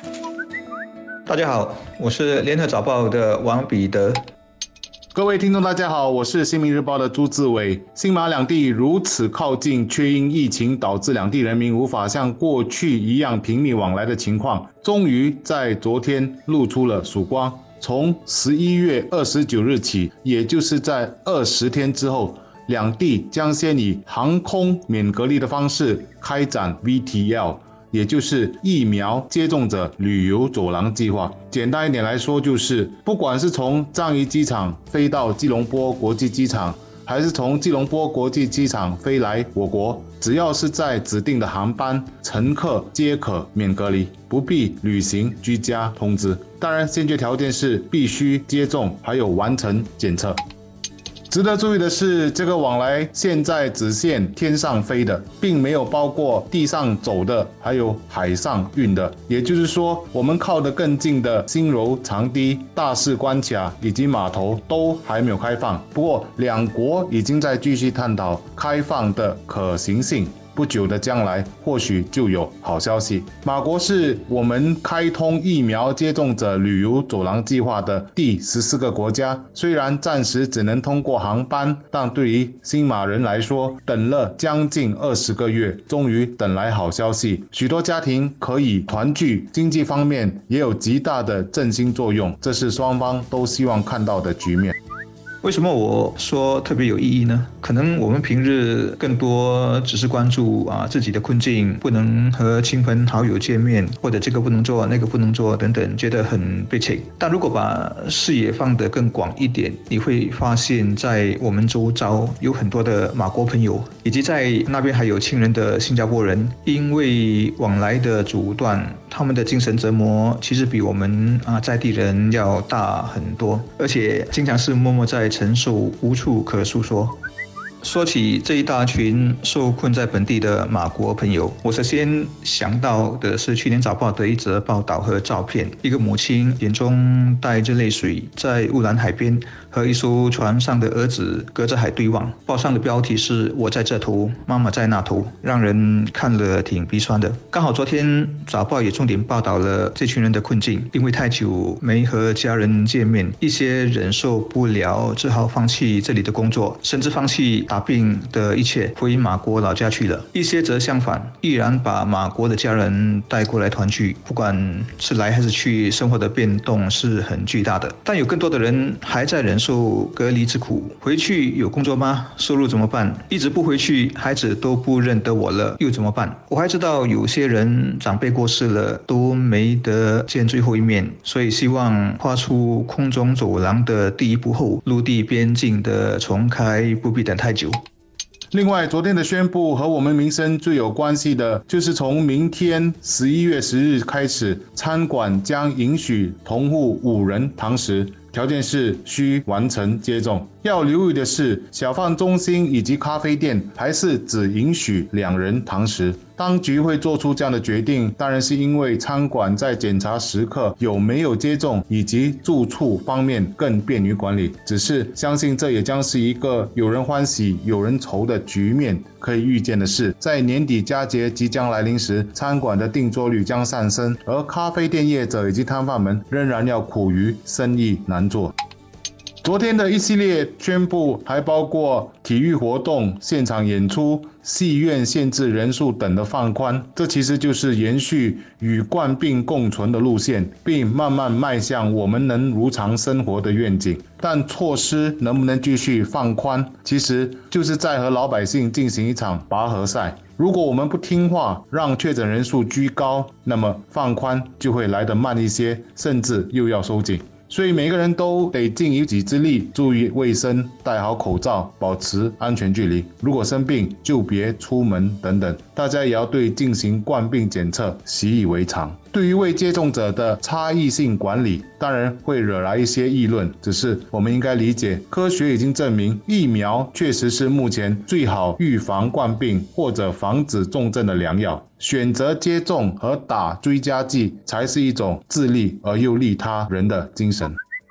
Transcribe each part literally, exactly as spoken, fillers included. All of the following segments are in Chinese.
大家好，我是联合早报的王彼得。 各位听众大家好，我是新民日报的朱志伟。新马两地如此靠近，却因疫情导致两地人民无法像过去一样频密往来的情况，终于在昨天露出了曙光。从十一月二十九日起，也就是在二十天之后，两地将先以航空免隔离的方式开展 V T L， 也就是疫苗接种者旅游走廊计划。简单一点来说，就是不管是从樟宜机场飞到吉隆坡国际机场，还是从吉隆坡国际机场飞来我国，只要是在指定的航班，乘客皆可免隔离，不必履行居家通知。当然，先决条件是必须接种，还有完成检测。值得注意的是，这个往来现在只限天上飞的，并没有包括地上走的，还有海上运的。也就是说，我们靠得更近的新柔、长堤、大士关卡以及码头都还没有开放。不过，两国已经在继续探讨开放的可行性。不久的将来，或许就有好消息。马国是我们开通疫苗接种者旅游走廊计划的第十四个国家。虽然暂时只能通过航班，但对于新马人来说，等了将近二十个月，终于等来好消息。许多家庭可以团聚，经济方面也有极大的振兴作用，这是双方都希望看到的局面。 为什么我说特别有意义呢？可能我们平日更多只是关注啊自己的困境，不能和亲朋好友见面，或者这个不能做，那个不能做等等，觉得很悲切。但如果把视野放得更广一点，你会发现在我们周遭有很多的马国朋友，以及在那边还有亲人的新加坡人，因为往来的阻断，他们的精神折磨其实比我们啊在地人要大很多，而且经常是默默在承受，无处可诉说。说起这一大群受困在本地的马国朋友，我首先想到的是去年早报的一则报道和照片，一个母亲眼中带着泪水，在乌兰海边和一艘船上的儿子隔着海对望。报上的标题是我在这头，妈妈在那头，让人看了挺鼻酸的。刚好昨天早报也重点报道了这群人的困境，因为太久没和家人见面，一些忍受不了，只好放弃这里的工作，甚至放弃打病的一切，回马国老家去了。一些则相反，毅然把马国的家人带过来团聚，不管是来还是去，生活的变动是很巨大的。但有更多的人还在忍受隔离之苦。回去有工作吗？收入怎么办？一直不回去，孩子都不认得我了，又怎么办？我还知道有些人长辈过世了，都没得见最后一面，所以希望跨出空中走廊的第一步后，陆地边境的重开不必等太久。 另外，昨天的宣布和我们民生最有关系的，就是从明天十一月十日开始，餐馆将允许同户五人堂食，条件是需完成接种。要留意的是，小贩中心以及咖啡店还是只允许两人堂食。当局会做出这样的决定，当然是因为餐馆在检查食客有没有接种以及住处方面更便于管理。只是相信这也将是一个有人欢喜有人愁的局面。可以预见的是，在年底佳节即将来临时，餐馆的订座率将上升，而咖啡店业者以及摊贩们仍然要苦于生意难做。昨天的一系列宣布还包括体育活动、现场演出、戏院限制人数等的放宽，这其实就是延续与冠病共存的路线，并慢慢迈向我们能如常生活的愿景。但措施能不能继续放宽，其实就是在和老百姓进行一场拔河赛。如果我们不听话，让确诊人数居高，那么放宽就会来得慢一些，甚至又要收紧。所以每个人都得尽一己之力，注意卫生，戴好口罩，保持安全距离。如果生病就别出门等等，大家也要对进行冠病检测习以为常。对于未接种者的差异性管理，当然会惹来一些议论，只是我们应该理解，科学已经证明，疫苗确实是目前最好预防冠病或者防止重症的良药。选择接种和打追加剂才是一种自利而又利他人的精神。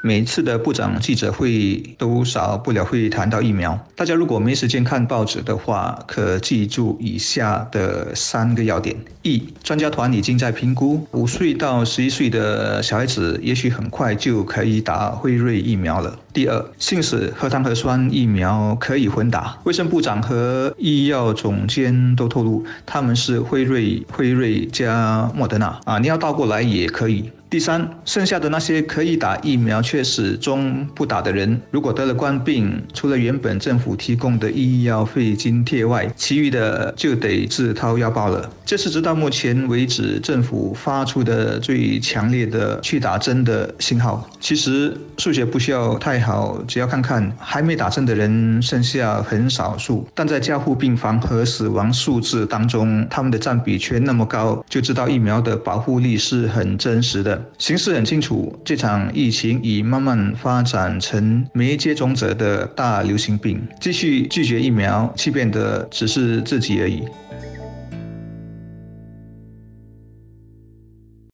每次的部长记者会都少不了会谈到疫苗。大家如果没时间看报纸的话，可记住以下的三个要点：一、专家团已经在评估，五岁到十一岁的小孩子也许很快就可以打辉瑞疫苗了。第二，信使核糖核酸疫苗可以混打，卫生部长和医药总监都透露，他们是辉瑞、辉瑞加莫德纳啊，你要倒过来也可以。第三，剩下的那些可以打疫苗却始终不打的人，如果得了冠病，除了原本政府提供的医药费津贴外，其余的就得自掏腰包了。这是直到目前为止政府发出的最强烈的去打针的信号。其实数学不需要太好，只要看看还没打针的人剩下很少数，但在加护病房和死亡数字当中，他们的占比却那么高，就知道疫苗的保护力是很真实的。形势很清楚，这场疫情已慢慢发展成没接种者的大流行病，继续拒绝疫苗，欺骗的只是自己而已。